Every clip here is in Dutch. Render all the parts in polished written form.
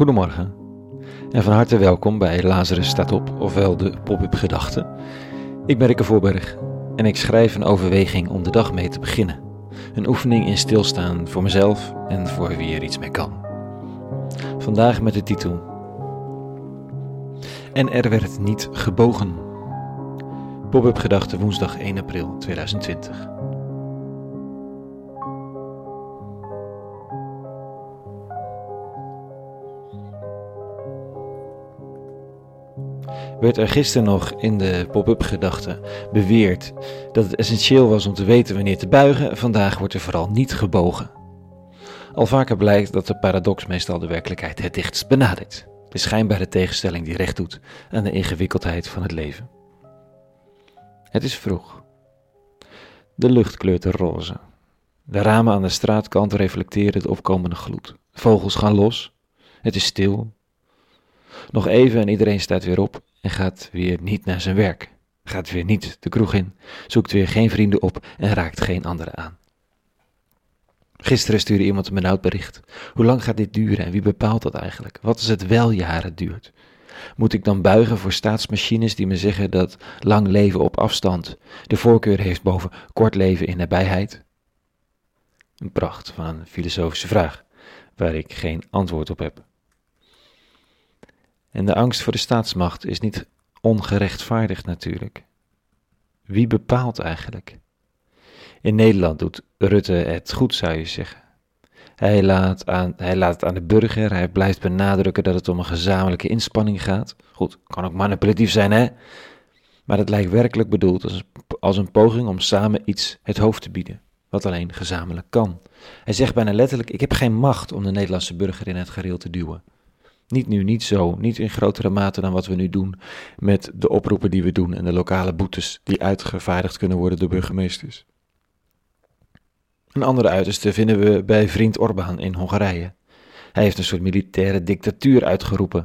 Goedemorgen en van harte welkom bij Lazarus staat op, ofwel de pop-up gedachten. Ik ben Rikke Voorberg en ik schrijf een overweging om de dag mee te beginnen. Een oefening in stilstaan voor mezelf en voor wie er iets mee kan. Vandaag met de titel: En er werd niet gebogen. Pop-up gedachten woensdag 1 april 2020. Werd er gisteren nog in de pop-up gedachten beweerd dat het essentieel was om te weten wanneer te buigen. Vandaag wordt er vooral niet gebogen. Al vaker blijkt dat de paradox meestal de werkelijkheid het dichtst benadert. De schijnbare tegenstelling die recht doet aan de ingewikkeldheid van het leven. Het is vroeg. De lucht kleurt roze. De ramen aan de straatkant reflecteren de opkomende gloed. Vogels gaan los. Het is stil. Nog even en iedereen staat weer op en gaat weer niet naar zijn werk. Gaat weer niet de kroeg in, zoekt weer geen vrienden op en raakt geen anderen aan. Gisteren stuurde iemand een benauwd bericht. Hoe lang gaat dit duren en wie bepaalt dat eigenlijk? Wat als het wel jaren duurt? Moet ik dan buigen voor staatsmachines die me zeggen dat lang leven op afstand de voorkeur heeft boven kort leven in nabijheid? Een pracht van een filosofische vraag waar ik geen antwoord op heb. En de angst voor de staatsmacht is niet ongerechtvaardigd natuurlijk. Wie bepaalt eigenlijk? In Nederland doet Rutte het goed, zou je zeggen. Hij laat het aan de burger, hij blijft benadrukken dat het om een gezamenlijke inspanning gaat. Goed, kan ook manipulatief zijn, hè? Maar het lijkt werkelijk bedoeld als een poging om samen iets het hoofd te bieden, wat alleen gezamenlijk kan. Hij zegt bijna letterlijk: ik heb geen macht om de Nederlandse burger in het gareel te duwen. Niet nu, niet zo, niet in grotere mate dan wat we nu doen met de oproepen die we doen en de lokale boetes die uitgevaardigd kunnen worden door burgemeesters. Een andere uiterste vinden we bij vriend Orbán in Hongarije. Hij heeft een soort militaire dictatuur uitgeroepen,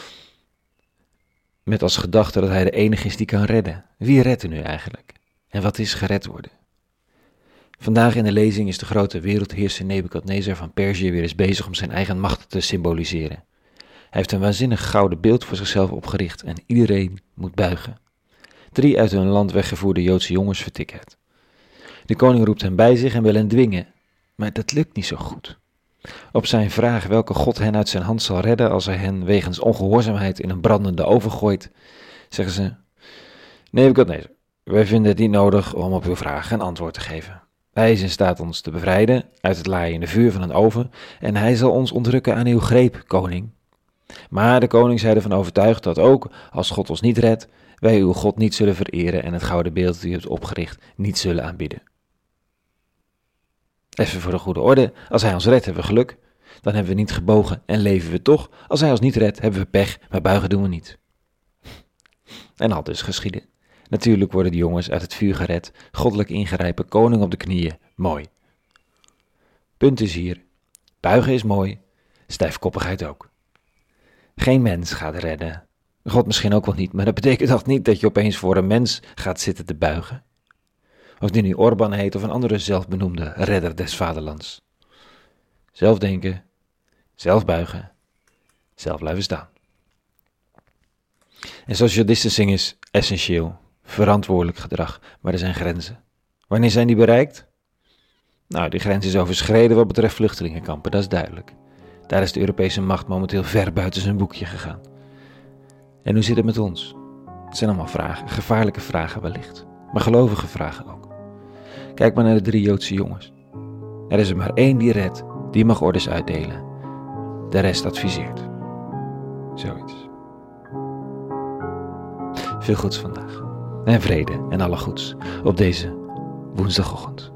met als gedachte dat hij de enige is die kan redden. Wie redt er nu eigenlijk? En wat is gered worden? Vandaag in de lezing is de grote wereldheerser Nebukadnezar van Perzië weer eens bezig om zijn eigen macht te symboliseren. Hij heeft een waanzinnig gouden beeld voor zichzelf opgericht en iedereen moet buigen. 3 uit hun land weggevoerde Joodse jongens vertikken het. De koning roept hen bij zich en wil hen dwingen, maar dat lukt niet zo goed. Op zijn vraag welke god hen uit zijn hand zal redden als hij hen wegens ongehoorzaamheid in een brandende oven gooit, zeggen ze: Nebukadnezar, wij vinden het niet nodig om op uw vraag een antwoord te geven. Hij is in staat ons te bevrijden uit het laaiende vuur van een oven en hij zal ons ontrukken aan uw greep, koning. Maar de koning zei ervan overtuigd dat ook als God ons niet redt, wij uw God niet zullen vereren en het gouden beeld dat u hebt opgericht niet zullen aanbidden. Even voor de goede orde, als hij ons redt hebben we geluk, dan hebben we niet gebogen en leven we toch. Als hij ons niet redt hebben we pech, maar buigen doen we niet. En al dus geschieden. Natuurlijk worden de jongens uit het vuur gered, goddelijk ingrijpen, koning op de knieën, mooi. Punt is hier, buigen is mooi, stijfkoppigheid ook. Geen mens gaat redden. God misschien ook wel niet, maar dat betekent toch niet dat je opeens voor een mens gaat zitten te buigen. Of die nu Orbán heet of een andere zelfbenoemde redder des vaderlands. Zelf denken, zelf buigen, zelf blijven staan. En social distancing is essentieel, verantwoordelijk gedrag, maar er zijn grenzen. Wanneer zijn die bereikt? Nou, die grens is overschreden wat betreft vluchtelingenkampen, dat is duidelijk. Daar is de Europese macht momenteel ver buiten zijn boekje gegaan. En hoe zit het met ons? Het zijn allemaal vragen, gevaarlijke vragen wellicht, maar gelovige vragen ook. Kijk maar naar de 3 Joodse jongens. Er is er maar 1 die redt, die mag orders uitdelen. De rest adviseert. Zoiets. Veel goeds vandaag. En vrede en alle goeds op deze woensdagochtend.